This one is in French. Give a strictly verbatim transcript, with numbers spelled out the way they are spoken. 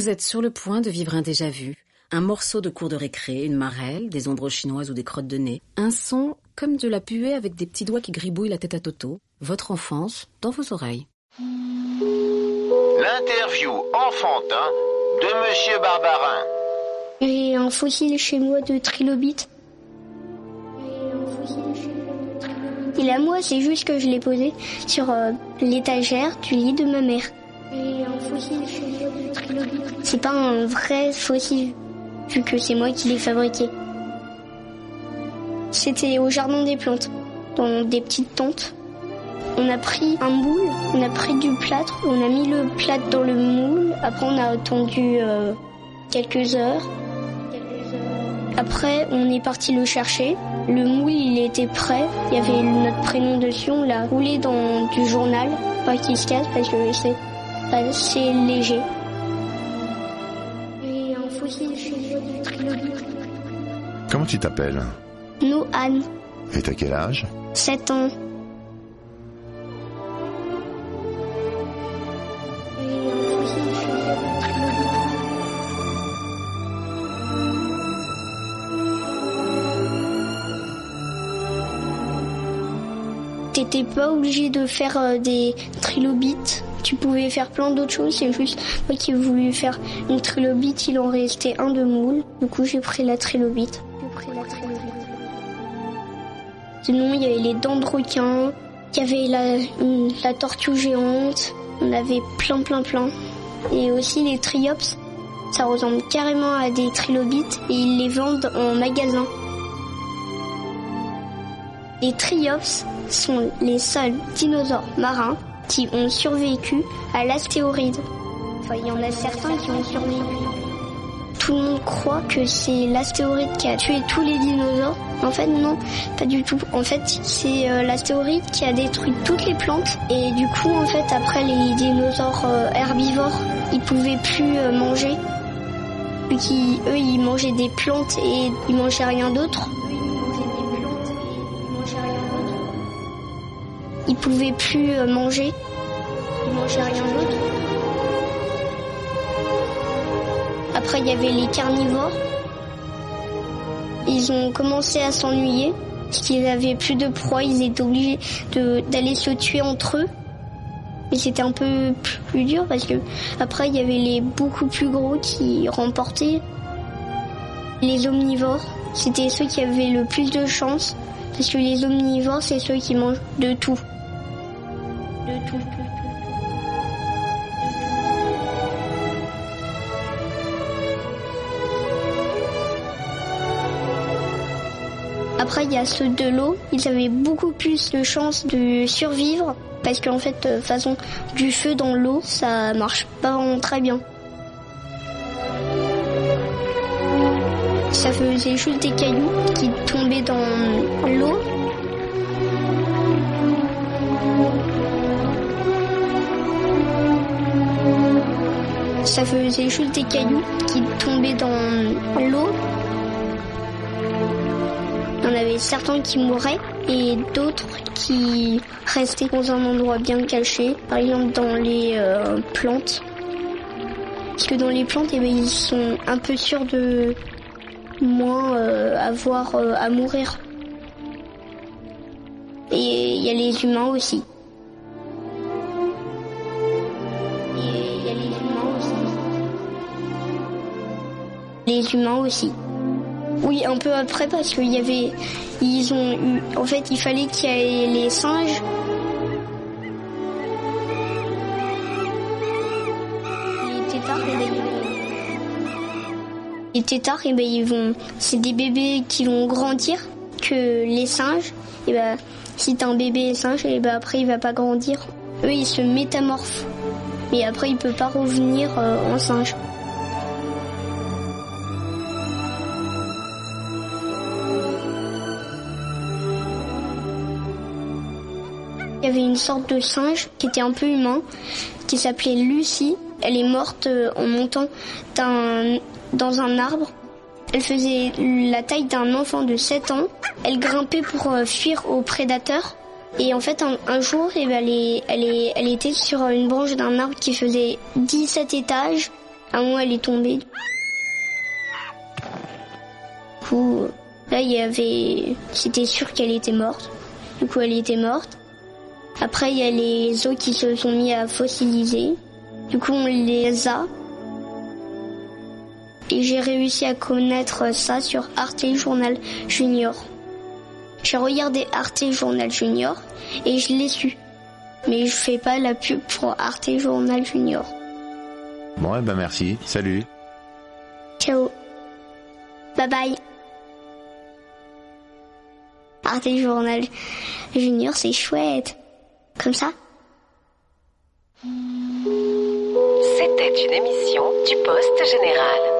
Vous êtes sur le point de vivre un déjà-vu, un morceau de cours de récré, une marelle, des ombres chinoises ou des crottes de nez, un son comme de la puée avec des petits doigts qui gribouillent la tête à Toto, votre enfance dans vos oreilles. L'interview enfantin de Monsieur Barbarin. J'ai un fossile chez moi de trilobite. Il est à moi, c'est juste que je l'ai posé sur euh, l'étagère du lit de ma mère. J'ai un fossile chez moi de trilobite. C'est pas un vrai fossile, vu que c'est moi qui l'ai fabriqué. C'était au jardin des plantes, dans des petites tentes. On a pris un moule, on a pris du plâtre, on a mis le plâtre dans le moule. Après, on a attendu euh, quelques heures. Après, on est parti le chercher. Le moule, il était prêt. Il y avait notre prénom dessus. On l'a roulé dans du journal, pas qu'il se casse parce que c'est assez léger. J'ai un fossile chez moi du trilobite. Comment tu t'appelles? Noan. Et t'as quel âge? sept ans. T'étais pas obligé de faire euh, des trilobites. Tu pouvais faire plein d'autres choses. C'est juste moi qui ai voulu faire une trilobite. Il en restait un de moule. Du coup, j'ai pris la trilobite. J'ai pris la trilobite. Sinon, il y avait les dents de requin. Il y avait la, une, la tortue géante. On avait plein, plein, plein. Et aussi les triops. Ça ressemble carrément à des trilobites. Et ils les vendent en magasin. Les triops sont les seuls dinosaures marins qui ont survécu à l'astéroïde. Enfin, il y en a certains qui ont survécu. Tout le monde croit que c'est l'astéroïde qui a tué tous les dinosaures. En fait, non, pas du tout. En fait, c'est euh, l'astéroïde qui a détruit toutes les plantes. Et du coup, en fait, après, les dinosaures euh, herbivores, ils pouvaient plus euh, manger. Vu qu'eux, ils mangeaient des plantes et ils mangeaient rien d'autre. Ils pouvaient plus manger, ils mangeaient rien d'autre. Après, il y avait les carnivores. Ils ont commencé à s'ennuyer parce qu'ils avaient plus de proie. Ils étaient obligés de, d'aller se tuer entre eux. Et c'était un peu plus dur parce que après, il y avait les beaucoup plus gros qui remportaient. Les omnivores, c'était ceux qui avaient le plus de chance. Parce que les omnivores, c'est ceux qui mangent de tout. De tout, tout, tout. Après, il y a ceux de l'eau. Ils avaient beaucoup plus de chances de survivre. Parce qu'en fait, de toute façon, du feu dans l'eau, ça marche pas vraiment très bien. Ça faisait juste des cailloux qui tombaient dans l'eau. Ça faisait juste des cailloux qui tombaient dans l'eau. Il y en avait certains qui mouraient et d'autres qui restaient dans un endroit bien caché, par exemple dans les euh, plantes. Parce que dans les plantes, eh bien, ils sont un peu sûrs de moins euh, avoir euh, à mourir. Et il y a les humains aussi. Et il y a les humains aussi. Les humains aussi. Oui, un peu après parce qu'il y avait, ils ont eu, en fait, il fallait qu'il y ait les singes. Les têtards, et ben, les têtards, et ben, ils vont, c'est des bébés qui vont grandir, que les singes, et ben, si t'as un bébé singe, et ben après il va pas grandir. Eux, ils se métamorphent, mais après il peut pas revenir euh, en singe. Il y avait une sorte de singe qui était un peu humain, qui s'appelait Lucie. Elle est morte en montant d'un, dans un arbre. Elle faisait la taille d'un enfant de sept ans. Elle grimpait pour fuir aux prédateurs. Et en fait, un, un jour, eh ben, elle, est, elle, est, elle était sur une branche d'un arbre qui faisait dix-sept étages. un mois, elle est tombée. Du coup, là, il y avait... C'était sûr qu'elle était morte. Du coup, elle était morte. Après, il y a les os qui se sont mis à fossiliser. Du coup, on les a. Et j'ai réussi à connaître ça sur Arte Journal Junior. J'ai regardé Arte Journal Junior et je l'ai su. Mais je fais pas la pub pour Arte Journal Junior. Bon, eh ben merci. Salut. Ciao. Bye bye. Arte Journal Junior, c'est chouette. Comme ça. C'était une émission du Poste Général.